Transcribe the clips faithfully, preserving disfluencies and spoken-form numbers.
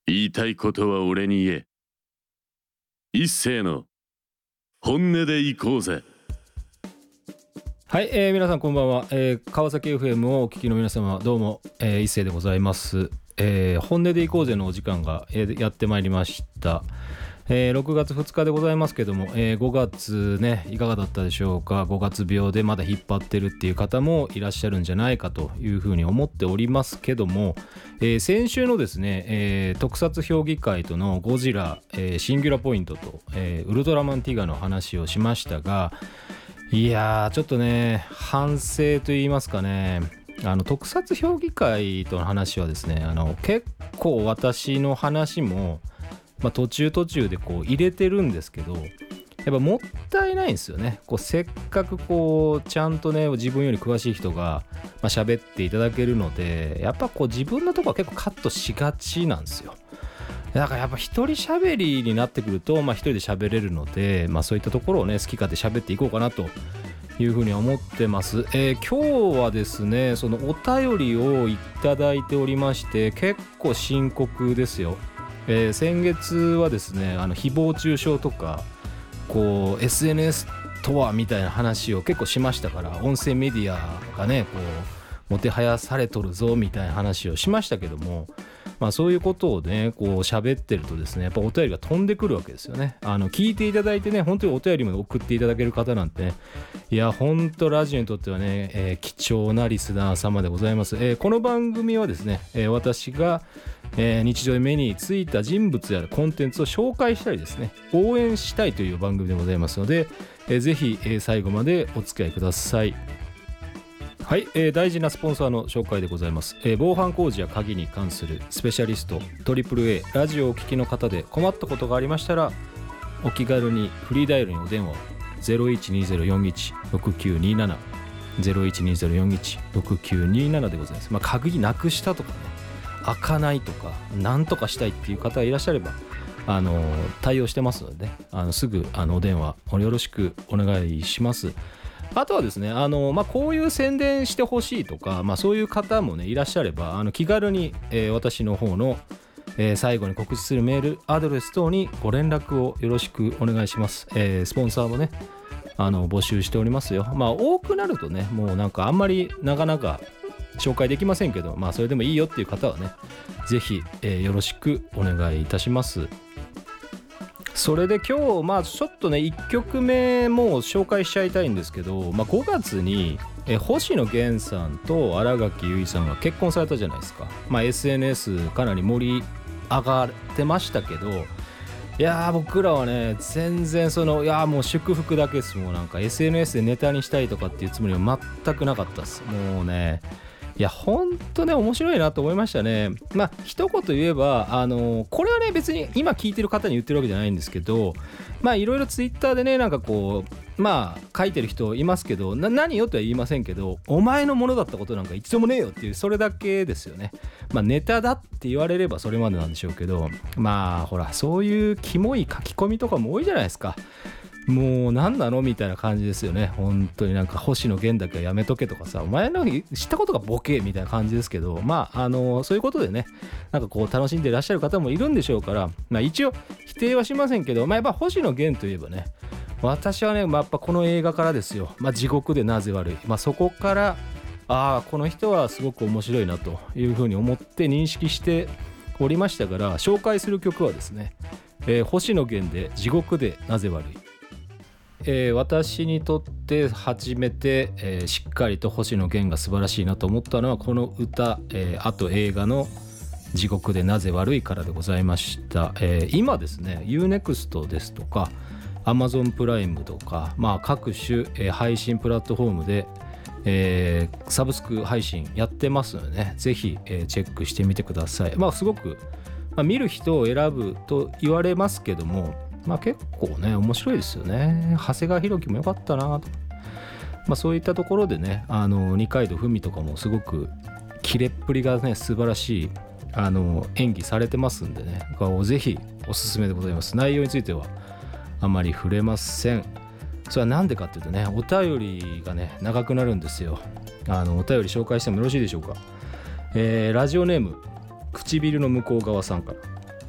言いたいことは俺に言え。一斉の本音で行こうぜ。 はい、えー、皆さんこんばんは、えー、川崎 エフエム をお聞きの皆様どうも、えー、一斉でございます、えー、本音で行こうぜのお時間が、えー、やってまいりました、えー、ろくがつふつかでございますけども、えー、ごがつねいかがだったでしょうか。ごがつ病でまだ引っ張ってるっていう方もいらっしゃるんじゃないかというふうに思っておりますけども、えー、先週のですね、えー、特撮評議会とのゴジラ、えー、シンギュラポイントと、えー、ウルトラマンティガの話をしましたが、いやーちょっとね反省と言いますかね、あの特撮評議会との話はですね、あの結構私の話も、まあ、途中途中でこう入れてるんですけど、やっぱもったいないんですよね。こうせっかくこうちゃんとね自分より詳しい人がまあ喋っていただけるので、やっぱこう自分のところは結構カットしがちなんですよ。だからやっぱ一人喋りになってくると、まあ、一人で喋れるので、まあ、そういったところをね好き勝手喋っていこうかなというふうに思ってます。えー、今日はですねそのお便りをいただいておりまして、結構深刻ですよ。えー、先月はですねあの誹謗中傷とかこう エスエヌエス とはみたいな話を結構しましたから、音声メディアがねこうもてはやされとるぞみたいな話をしましたけども、まあそういうことをねこう喋ってるとですね、やっぱお便りが飛んでくるわけですよね。あの聞いていただいてね、本当にお便りまで送っていただける方なんてね、いや本当ラジオにとってはね、えー、貴重なリスナー様でございます。えー、この番組はですね、えー、私が、えー、日常で目についた人物やコンテンツを紹介したりですね、応援したいという番組でございますので、えー、ぜひ、えー、最後までお付き合いください。はい、えー、大事なスポンサーの紹介でございます。えー、防犯工事や鍵に関するスペシャリスト トリプルエー ラジオをお聞きの方で困ったことがありましたら、お気軽にフリーダイヤルにお電話を ゼロいちにゼロよんいちろくきゅうになな ゼロいちにゼロよんいちろくきゅうにななでございます。まあ、鍵なくしたとかね、開かないとかなんとかしたいっていう方がいらっしゃれば、あのー、対応してますので、ね、あのすぐあのお電話よろしくお願いします。あとはですね、あの、まあ、こういう宣伝してほしいとか、まあ、そういう方もねいらっしゃれば、あの気軽に、えー、私の方の、えー、最後に告知するメールアドレス等にご連絡をよろしくお願いします。えー、スポンサーもねあの募集しておりますよ。まあ多くなるとねもうなんかあんまりなかなか紹介できませんけど、まあそれでもいいよっていう方はねぜひ、えー、よろしくお願いいたします。それで今日まあちょっとねいっきょくめも紹介しちゃいたいんですけど、まあ、ごがつにえ星野源さんと新垣結衣さんが結婚されたじゃないですか。まあ エスエヌエス かなり盛り上がってましたけど、いやー僕らはね全然そのいやーもう祝福だけです。もうなんか エスエヌエス でネタにしたいとかっていうつもりは全くなかったです。もうねいやほんとね面白いなと思いましたね。まあ一言言えばあのこれはね別に今聞いてる方に言ってるわけじゃないんですけど、まあいろいろツイッターでねなんかこうまあ書いてる人いますけど、な何よとは言いませんけど、お前のものだったことなんか一度もねえよっていうそれだけですよね。まあネタだって言われればそれまでなんでしょうけど、まあほらそういうキモい書き込みとかも多いじゃないですか。もう何なのみたいな感じですよね。本当になんか星野源だけはやめとけとかさ、お前の知ったことがボケみたいな感じですけど、まああのそういうことでねなんかこう楽しんでいらっしゃる方もいるんでしょうから、まあ一応否定はしませんけど、まあやっぱ星野源といえばね、私はね、まあ、やっぱこの映画からですよ。まあ地獄でなぜ悪い、まあそこからああこの人はすごく面白いなというふうに思って認識しておりましたから、紹介する曲はですね、えー、星野源で地獄でなぜ悪い。えー、私にとって初めて、えー、しっかりと星野源が素晴らしいなと思ったのはこの歌、えー、あと映画の地獄でなぜ悪いからでございました。えー、今ですね ユーネクスト ですとか Amazon プライムとか、まあ、各種、えー、配信プラットフォームで、えー、サブスク配信やってますのでね、ぜひ、えー、チェックしてみてください。まあすごく、まあ、見る人を選ぶと言われますけども、まあ結構ね面白いですよね。長谷川博己も良かったなと、まあ、そういったところでね、あの二階堂ふみとかもすごくキレっぷりがね素晴らしいあの演技されてますんでね、ぜひおすすめでございます。内容についてはあまり触れません。それはなんでかっていうとね、お便りがね長くなるんですよ。あのお便り紹介してもよろしいでしょうか。えー、ラジオネーム唇の向こう側さんから、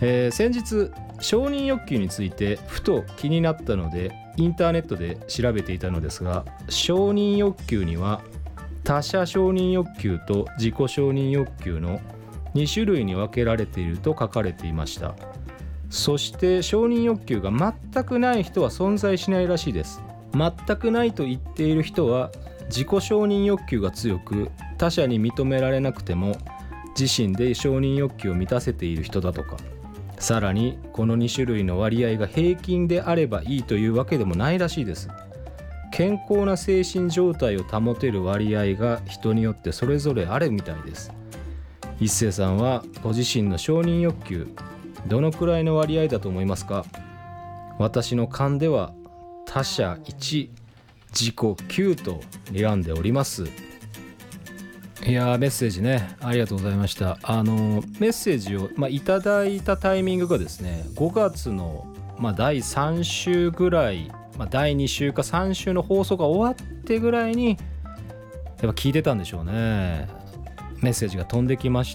えー、先日承認欲求についてふと気になったのでインターネットで調べていたのですが、承認欲求には他者承認欲求と自己承認欲求のに種類に分けられていると書かれていました。そして承認欲求が全くない人は存在しないらしいです。全くないと言っている人は自己承認欲求が強く、他者に認められなくても自身で承認欲求を満たせている人だとか、さらにこのに種類の割合が平均であればいいというわけでもないらしいです。健康な精神状態を保てる割合が人によってそれぞれあるみたいです。一星さんはご自身の承認欲求どのくらいの割合だと思いますか？私の勘では他者いち、自己きゅうと睨んでおります。いやー、メッセージね、ありがとうございました。あのメッセージを、まあ、いただいたタイミングがですね、ごがつの、まあ、だいさん週ぐらい、まあ、だいに週かさん週の放送が終わってぐらいにやっぱ聞いてたんでしょうね。メッセージが飛んできまして、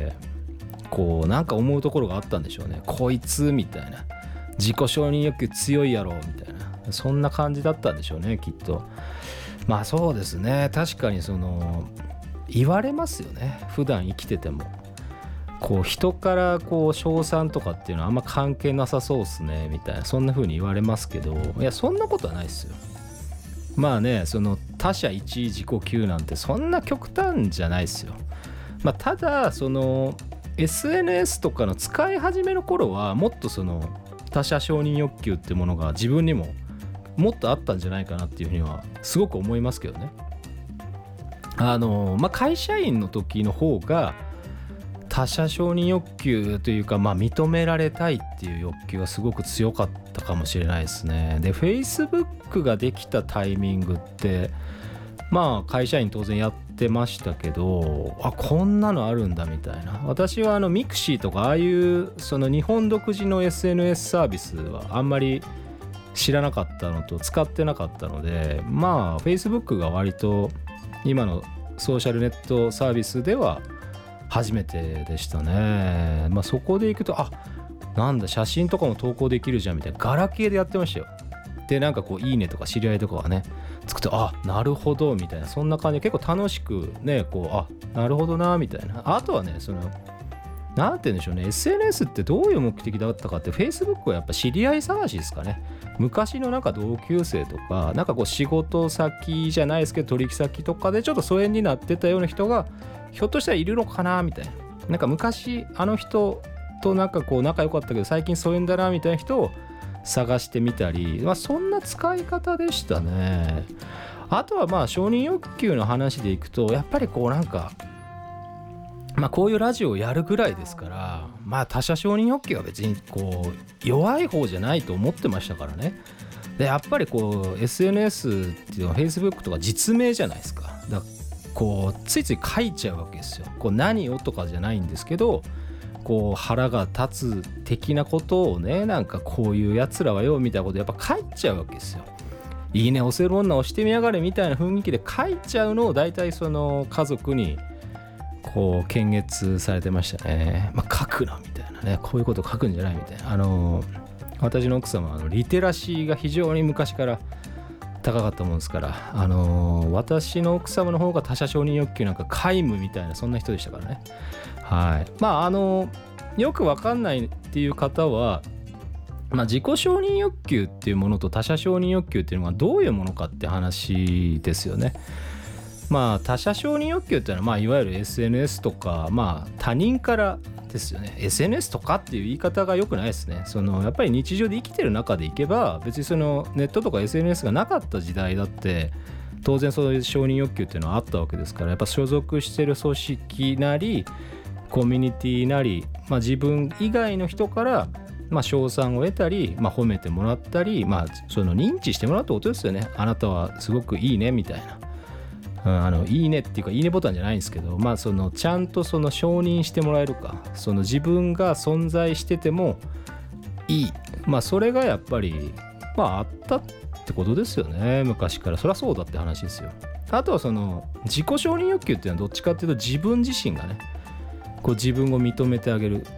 こうなんか思うところがあったんでしょうね。こいつみたいな、自己承認欲求強いやろみたいな、そんな感じだったんでしょうね、きっと。まあそうですね、確かにその言われますよね、普段生きてても。こう人からこう称賛とかっていうのはあんま関係なさそうっすねみたいな、そんな風に言われますけど、いやそんなことはないっすよ。まあね、その他者いち自己きゅうなんてそんな極端じゃないっすよ。まあただその エスエヌエス とかの使い始めの頃はもっとその他者承認欲求ってものが自分にももっとあったんじゃないかなっていうふうにはすごく思いますけどね。あのまあ会社員の時の方が他者承認欲求というか、まあ認められたいっていう欲求がすごく強かったかもしれないですね。で Facebook ができたタイミングってまあ会社員当然やってましたけど、あこんなのあるんだみたいな。私はあのミクシーとかああいうその日本独自の エスエヌエス サービスはあんまり知らなかったのと使ってなかったので、まあ Facebook が割と今のソーシャルネットサービスでは初めてでしたね。まあそこで行くと、あなんだ写真とかも投稿できるじゃんみたいな、ガラケーでやってましたよ。でなんかこういいねとか知り合いとかがねつくと、あなるほどみたいな、そんな感じで結構楽しくね、こうあなるほどなみたいな。あとはね、そのなんて言うんでしょうね、 エスエヌエス ってどういう目的だったかって、 Facebook はやっぱ知り合い探しですかね。昔のなんか同級生とか、なんかこう仕事先じゃないですけど取引先とかでちょっと疎遠になってたような人がひょっとしたらいるのかなみたいな、なんか昔あの人となんかこう仲良かったけど最近疎遠だなみたいな人を探してみたり、まあそんな使い方でしたね。あとはまあ承認欲求の話でいくと、やっぱりこうなんかまあこういうラジオをやるぐらいですから、まあ他者承認欲求は別にこう弱い方じゃないと思ってましたからね。でやっぱりこう エスエヌエス っていうのは Facebook とか実名じゃないですか。だからこうついつい書いちゃうわけですよ。こう何をとかじゃないんですけど、こう腹が立つ的なことをね、なんかこういうやつらはよみたいなことやっぱ書いちゃうわけですよ。いいね押せる女押してみやがれみたいな雰囲気で書いちゃうのを大体その家族にこう検閲されてましたね。まあ書くなみたいなね、こういうこと書くんじゃないみたいな。あの私の奥様はあのリテラシーが非常に昔から高かったもんですから、あの私の奥様の方が他者承認欲求なんか皆無みたいな、そんな人でしたからね。はい。まああのよくわかんないっていう方は、まあ、自己承認欲求っていうものと他者承認欲求っていうのがどういうものかって話ですよね。まあ他者承認欲求っていうのは、まあいわゆる エスエヌエス とか、まあ他人からですよね。 エスエヌエス とかっていう言い方が良くないですね。そのやっぱり日常で生きてる中でいけば、別にそのネットとか エスエヌエス がなかった時代だって当然そういう承認欲求っていうのはあったわけですから、やっぱ所属してる組織なりコミュニティなり、まあ、自分以外の人からまあ称賛を得たり、まあ、褒めてもらったり、まあその認知してもらうってことですよね。あなたはすごくいいねみたいな、うん、あのいいねっていうかいいねボタンじゃないんですけど、まあそのちゃんとその承認してもらえるか、その自分が存在しててもいい、まあそれがやっぱりまああったってことですよね、昔から。そりゃそうだって話ですよ。あとはその自己承認欲求っていうのはどっちかっていうと自分自身がね、こう自分を認めてあげる、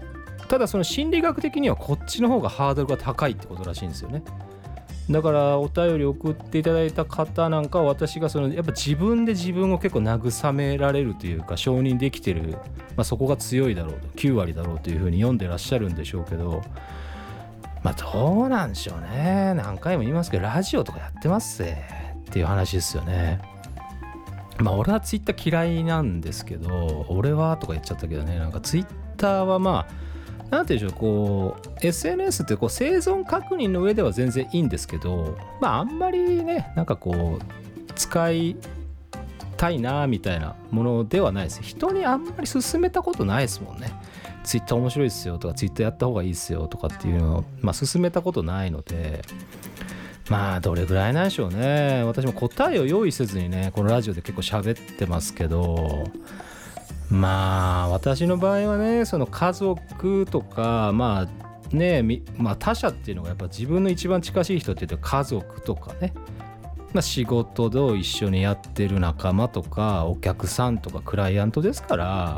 ただその心理学的にはこっちの方がハードルが高いってことらしいんですよね。だからお便り送っていただいた方なんかは、私がそのやっぱ自分で自分を結構慰められるというか承認できてる、まあ、そこが強いだろうと、きゅうわりだろうというふうに読んでらっしゃるんでしょうけど、まあどうなんでしょうね。何回も言いますけどラジオとかやってますぜっていう話ですよね。まあ俺はツイッター嫌いなんですけど、俺はとか言っちゃったけどね、なんかツイッターはまあなんていうんでしょう、こう エスエヌエス ってこう生存確認の上では全然いいんですけど、まああんまりね、なんかこう使いたいなみたいなものではないです。人にあんまり勧めたことないですもんね。ツイッター面白いですよとか、ツイッターやった方がいいですよとかっていうのを、まあ、勧めたことないので、まあどれぐらいなんでしょうね。私も答えを用意せずにね、このラジオで結構喋ってますけど、まあ私の場合はね、その家族とかまあね、まあ他者っていうのがやっぱ自分の一番近しい人って言うと家族とかね、まあ、仕事で一緒にやってる仲間とかお客さんとかクライアントですから、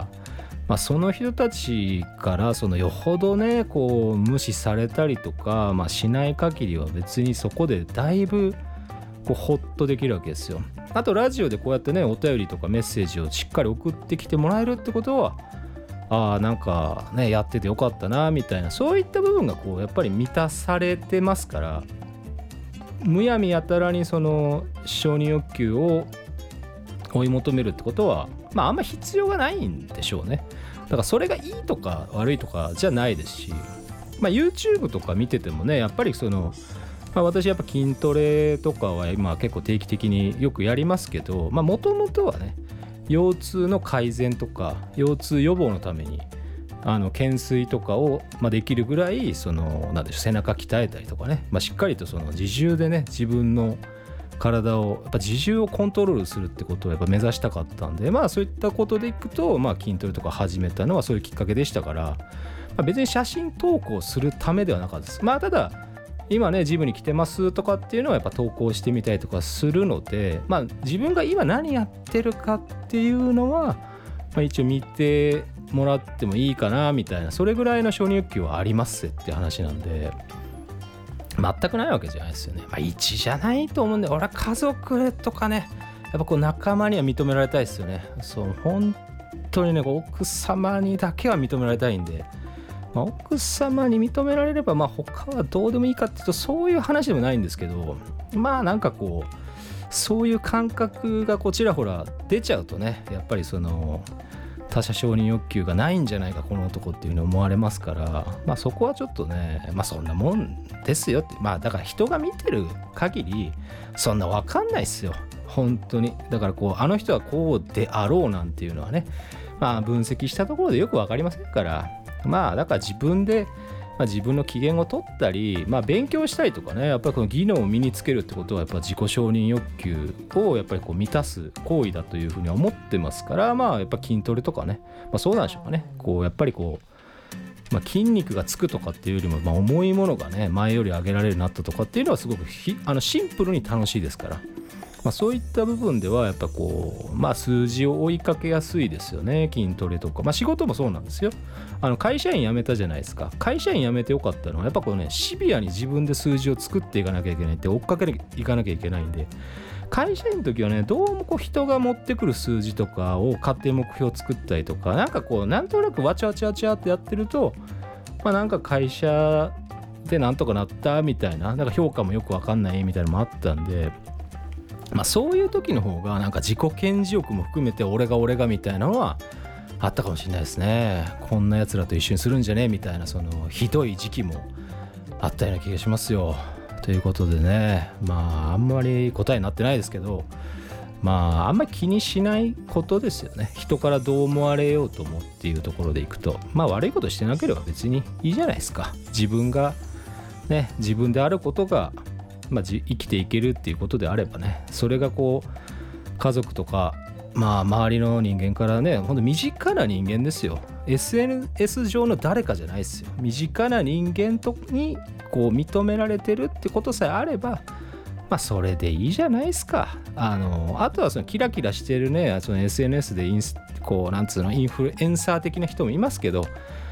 まあ、その人たちからそのよほどねこう無視されたりとか、まあ、しない限りは別にそこでだいぶこうホッとできるわけですよ。あとラジオでこうやってねお便りとかメッセージをしっかり送ってきてもらえるってことは、ああなんかねやっててよかったなみたいな、そういった部分がこうやっぱり満たされてますから、むやみやたらにその承認欲求を追い求めるってことはまああんま必要がないんでしょうね。だからそれがいいとか悪いとかじゃないですし、まあ YouTube とか見ててもね、やっぱりそのまあ、私やっぱ筋トレとかは今結構定期的によくやりますけど、まあもともとはね腰痛の改善とか腰痛予防のためにあの懸垂とかをまあできるぐらいそのなんでしょう背中鍛えたりとかね、まあ、しっかりとその自重でね自分の体をやっぱ自重をコントロールするってことをやっぱ目指したかったんで、まあそういったことでいくとまあ筋トレとか始めたのはそういうきっかけでしたから、まあ、別に写真投稿するためではなかったです。まあただ今ねジムに来てますとかっていうのはやっぱ投稿してみたりとかするので、まあ自分が今何やってるかっていうのは、まあ、一応見てもらってもいいかなみたいな、それぐらいの承認欲求はありますって話なんで、全くないわけじゃないですよね。まあ一じゃないと思うんで、俺は家族とかねやっぱこう仲間には認められたいですよね。そう本当にね奥様にだけは認められたいんで、まあ、奥様に認められればまあ他はどうでもいいかっていうとそういう話でもないんですけど、まあなんかこうそういう感覚がこうちらほら出ちゃうとね、やっぱりその他者承認欲求がないんじゃないかこの男っていうふうに思われますから、まあそこはちょっとね、まあそんなもんですよって、まあだから人が見てる限りそんな分かんないっすよ本当に。だからこうあの人はこうであろうなんていうのはね、まあ分析したところでよく分かりませんから、まあだから自分で、まあ、自分の機嫌を取ったり、まあ勉強したりとかね、やっぱりこの技能を身につけるってことはやっぱ自己承認欲求をやっぱりこう満たす行為だというふうに思ってますから、まあやっぱ筋トレとかね、まあそうなんでしょうかね。こうやっぱりこう、まあ、筋肉がつくとかっていうよりも、まあ重いものがね前より上げられるようになったとかっていうのはすごくひあのシンプルに楽しいですから。まあ、そういった部分ではやっぱこう、まあ、数字を追いかけやすいですよね筋トレとか、まあ、仕事もそうなんですよ。あの会社員辞めたじゃないですか。会社員辞めてよかったのはやっぱこうねシビアに自分で数字を作っていかなきゃいけないって追っかけていかなきゃいけないんで、会社員の時はねどうもこう人が持ってくる数字とかを家庭目標作ったりとか、なんかこうなんとなくわちゃわちゃわちゃってやってると、まあなんか会社でなんとかなったみたいな、なんか評価もよくわかんないみたいなのもあったんで、まあそういう時の方がなんか自己顕示欲も含めて俺が俺がみたいなのはあったかもしれないですね。こんなやつらと一緒にするんじゃねえみたいな、そのひどい時期もあったような気がしますよ。ということでね、まああんまり答えになってないですけど、まああんまり気にしないことですよね。人からどう思われようと思っていうところでいくと、まあ悪いことしてなければ別にいいじゃないですか。自分がね自分であることがまあ、生きていけるっていうことであればね、それがこう家族とかまあ周りの人間からね、ほんと身近な人間ですよ。 エスエヌエス 上の誰かじゃないですよ。身近な人間とにこう認められてるってことさえあれば、まあそれでいいじゃないですか。あのあとはそのキラキラしてるねその エスエヌエス でインスこうなんつうのインフルエンサー的な人もいますけど、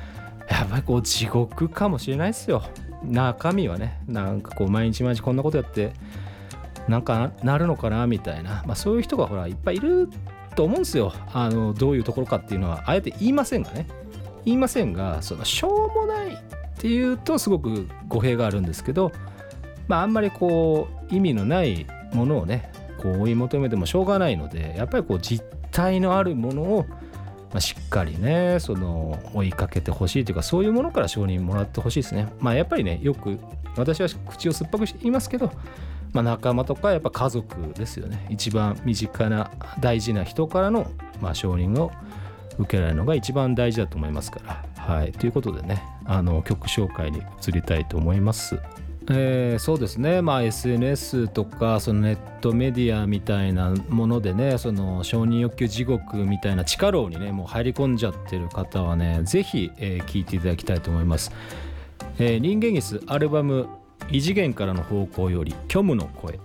やっぱりこう地獄かもしれないですよ。中身はね、なんかこう毎日毎日こんなことやってなんかなるのかなみたいな、まあ、そういう人がほらいっぱいいると思うんですよ。あのどういうところかっていうのはあえて言いませんがね言いませんが、そのしょうもないっていうとすごく語弊があるんですけど、まああんまりこう意味のないものをねこう追い求めてもしょうがないので、やっぱりこう実体のあるものをまあ、しっかりねその追いかけてほしいというか、そういうものから承認もらってほしいですね。まあやっぱりね、よく私は口を酸っぱくして言いますけど、まあ、仲間とかやっぱ家族ですよね。一番身近な大事な人からのまあ承認を受けられるのが一番大事だと思いますから。はい、ということでね、あの曲紹介に移りたいと思います。えー、そうですね、まあ、エスエヌエス とかそのネットメディアみたいなものでね、その承認欲求地獄みたいな地下牢にねもう入り込んじゃってる方はね、ぜひ、えー、聞いていただきたいと思います。えー、人間椅子アルバム異次元からの方向より虚無の声。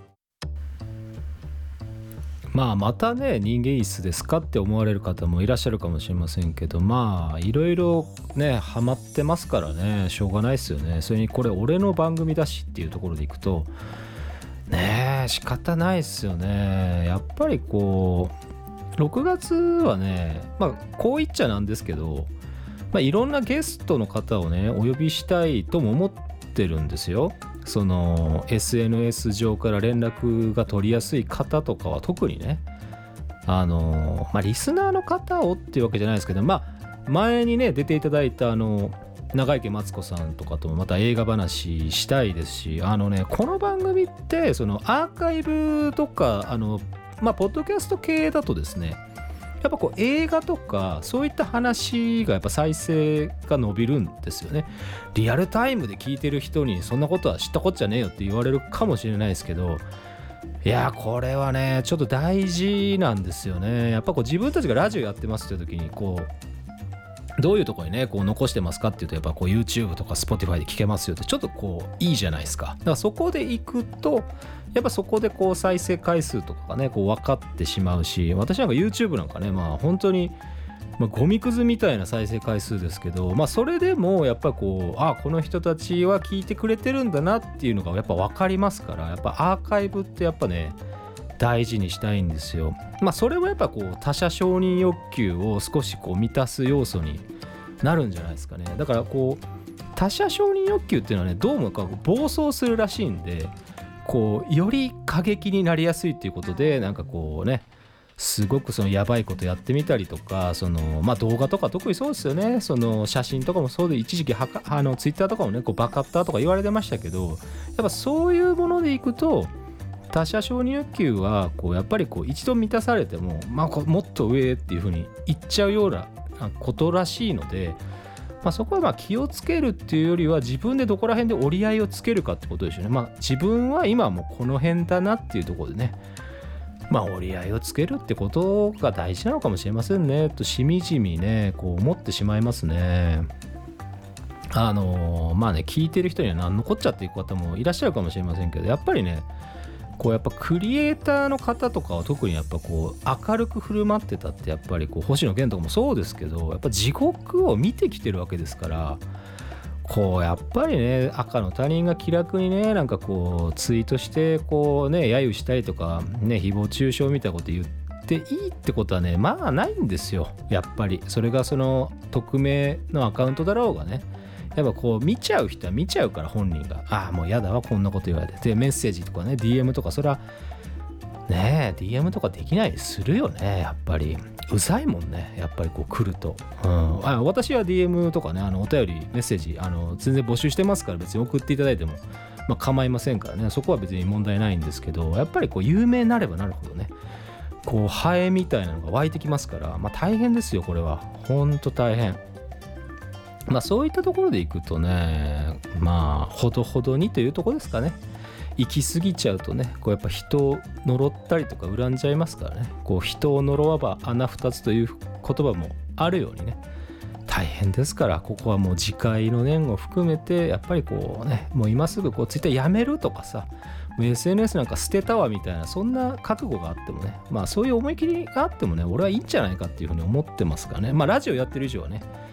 まあまたね人間椅子ですかって思われる方もいらっしゃるかもしれませんけど、まあいろいろねハマってますからね、しょうがないですよね。それにこれ俺の番組だしっていうところでいくとね仕方ないですよね。やっぱりこうろくがつはね、まあこう言っちゃなんですけど、まあ、いろんなゲストの方をねお呼びしたいとも思ってるんですよ。その エスエヌエス 上から連絡が取りやすい方とかは特にね、あのまあリスナーの方をっていうわけじゃないですけど、まあ前にね出ていただいたあの長池マツコさんとかともまた映画話したいですし、あのねこの番組ってそのアーカイブとかあのまあポッドキャスト系だとですね、やっぱこう映画とかそういった話がやっぱ再生が伸びるんですよね。リアルタイムで聞いてる人にそんなことは知ったこっちゃねえよって言われるかもしれないですけど、いやこれはねちょっと大事なんですよね。やっぱこう自分たちがラジオやってますっていう時にこうどういうところにねこう残してますかっていうと、やっぱこう YouTube とか Spotify で聞けますよってちょっとこういいじゃないですか。だからそこで行くとやっぱそこでこう再生回数とかがねこう分かってしまうし、私なんか YouTube なんかねまあ本当にまあゴミくずみたいな再生回数ですけど、まあそれでもやっぱりこうあこの人たちは聞いてくれてるんだなっていうのがやっぱ分かりますから、やっぱアーカイブってやっぱね大事にしたいんですよ。まあそれはやっぱこう他者承認欲求を少しこう満たす要素になるんじゃないですかね。だからこう他者承認欲求っていうのはねどうもか暴走するらしいんで、こうより過激になりやすいっていうことで、なんかこうねすごくそのやばいことやってみたりとか、そのまあ動画とか特にそうですよね。その写真とかもそうで、一時期はかあのツイッターとかもねこうバカッターとか言われてましたけど、やっぱそういうものでいくと他者承認欲求はこうやっぱりこう一度満たされても、まあ、こうもっと上っていう風に言っちゃうようなことらしいので、まあ、そこはまあ気をつけるっていうよりは自分でどこら辺で折り合いをつけるかってことですよね。まあ自分は今もうこの辺だなっていうところでね、まあ折り合いをつけるってことが大事なのかもしれませんねとしみじみねこう思ってしまいますね。あのー、まあね聞いてる人には何のこっちゃっていう方もいらっしゃるかもしれませんけど、やっぱりねこうやっぱクリエイターの方とかは特にやっぱこう明るく振る舞ってたって、やっぱりこう星野源とかもそうですけど、やっぱ地獄を見てきてるわけですから、こうやっぱりね赤の他人が気楽にねなんかこうツイートしてこうね揶揄したりとかね誹謗中傷みたいなこと言っていいってことはねまあないんですよ。やっぱりそれがその匿名のアカウントだろうがね、やっぱこう見ちゃう人は見ちゃうから、本人がああもうやだわこんなこと言われて、でメッセージとかね ディーエム とかそれはねえ ディーエム とかできないするよね。やっぱりうざいもんね、やっぱりこう来ると、うん、あ私は ディーエム とかねあのお便りメッセージあの全然募集してますから、別に送っていただいても、まあ、構いませんからね、そこは別に問題ないんですけど、やっぱりこう有名になればなるほどねこうハエみたいなのが湧いてきますから、まあ大変ですよこれはほんと大変。まあそういったところでいくとね、まあほどほどにというところですかね。行き過ぎちゃうとねこうやっぱ人を呪ったりとか恨んじゃいますからね、こう人を呪わば穴二つという言葉もあるようにね大変ですから、ここはもう自戒の念を含めてやっぱりこうねもう今すぐこうツイッターやめるとかさ、もう エスエヌエス なんか捨てたわみたいなそんな覚悟があってもね、まあそういう思い切りがあってもね俺はいいんじゃないかっていうふうに思ってますからね。まあラジオやってる以上はね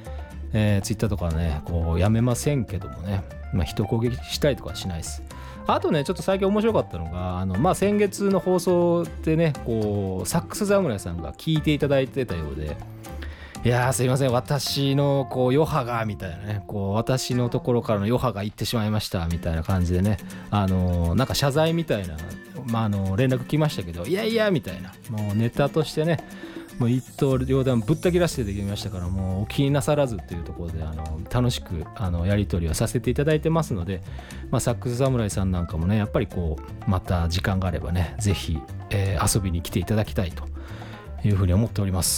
えー、ツイッターとかねこうやめませんけどもね、まあ、人攻撃したりとかはしないです。あとねちょっと最近面白かったのがあの、まあ、先月の放送でねこうサックス侍さんが聞いていただいてたようで、いやーすいません私のこう余波がみたいなねこう私のところからの余波がいってしまいましたみたいな感じでねあのー、なんか謝罪みたいな、まあ、あの連絡来ましたけど、いやいやみたいなもうネタとしてねもう一刀両断ぶった切らしてできましたから、もうお気になさらずというところであの楽しくあのやり取りをさせていただいてますので、まあ、サックス侍さんなんかもねやっぱりこうまた時間があればねぜひ、えー、遊びに来ていただきたいというふうに思っております。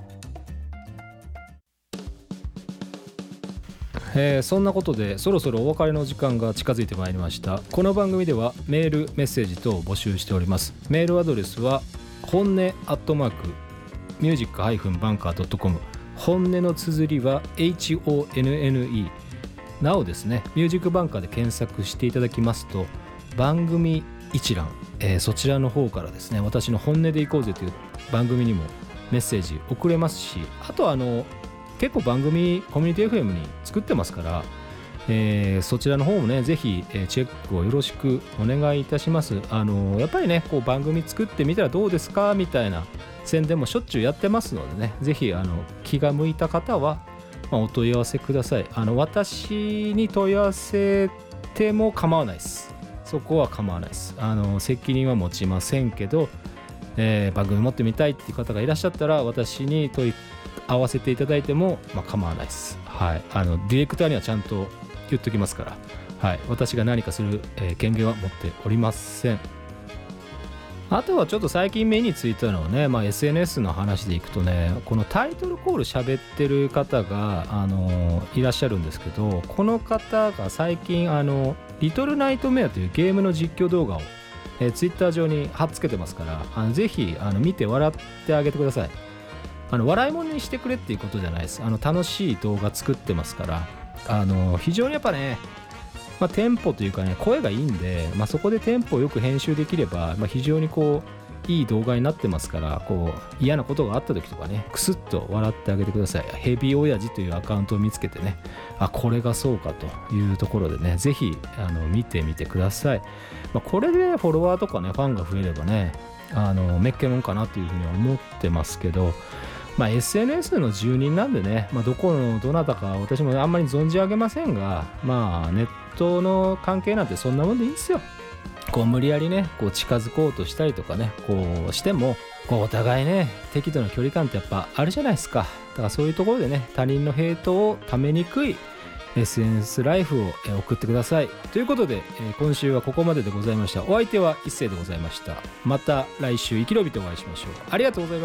えー、そんなことでそろそろお別れの時間が近づいてまいりました。この番組ではメールメッセージ等を募集しております。メールアドレスは本音アットマークミュージックハイフンバンカードットコム、本音の綴りは エイチオーエヌエヌイー、 なおですねミュージックバンカーで検索していただきますと番組一覧、えー、そちらの方からですね私の本音でいこうぜという番組にもメッセージ送れますし、あとはあの結構番組コミュニティ エフエム に作ってますから、えー、そちらの方もねぜひ、えー、チェックをよろしくお願いいたします。あのやっぱりねこう番組作ってみたらどうですかみたいな宣伝もしょっちゅうやってますのでね、ぜひあの気が向いた方は、まあ、お問い合わせください。あの私に問い合わせても構わないです。そこは構わないです。あの責任は持ちませんけど、えー、番組持ってみたいっていう方がいらっしゃったら私に問い合わせていただいても、まあ、構わないです。はい、あのディレクターにはちゃんと言っときますから、はい、私が何かする、えー、権限は持っておりません。あとはちょっと最近目についたのはね、まあ、エスエヌエス の話でいくとねこのタイトルコール喋ってる方が、あのー、いらっしゃるんですけど、この方が最近あのリトルナイトメアというゲームの実況動画を、えー、ツイッター上に貼っつけてますから、あのぜひあの見て笑ってあげてください。あの笑い物にしてくれっていうことじゃないです。あの楽しい動画作ってますから、あの非常にやっぱね、まあ、テンポというかね声がいいんで、まあ、そこでテンポをよく編集できれば、まあ、非常にこういい動画になってますから、こう嫌なことがあった時とかねクスッと笑ってあげてください。ヘビー親父というアカウントを見つけてね、あこれがそうかというところでねぜひあの見てみてください。まあ、これでフォロワーとかねファンが増えればねあのめっけもんかなというふうには思ってますけど、まあ、エスエヌエス の住人なんでね、まあ、どこのどなたか私もあんまり存じ上げませんが、まあネットの関係なんてそんなもんでいいんですよ。こう無理やりねこう近づこうとしたりとかねこうしてもこうお互いね適度な距離感ってやっぱあるじゃないですか。だからそういうところでね他人のヘイトをためにくい エスエヌエス ライフを送ってくださいということで、今週はここまででございました。お相手は一世でございました。また来週生き延びてお会いしましょう。ありがとうございました。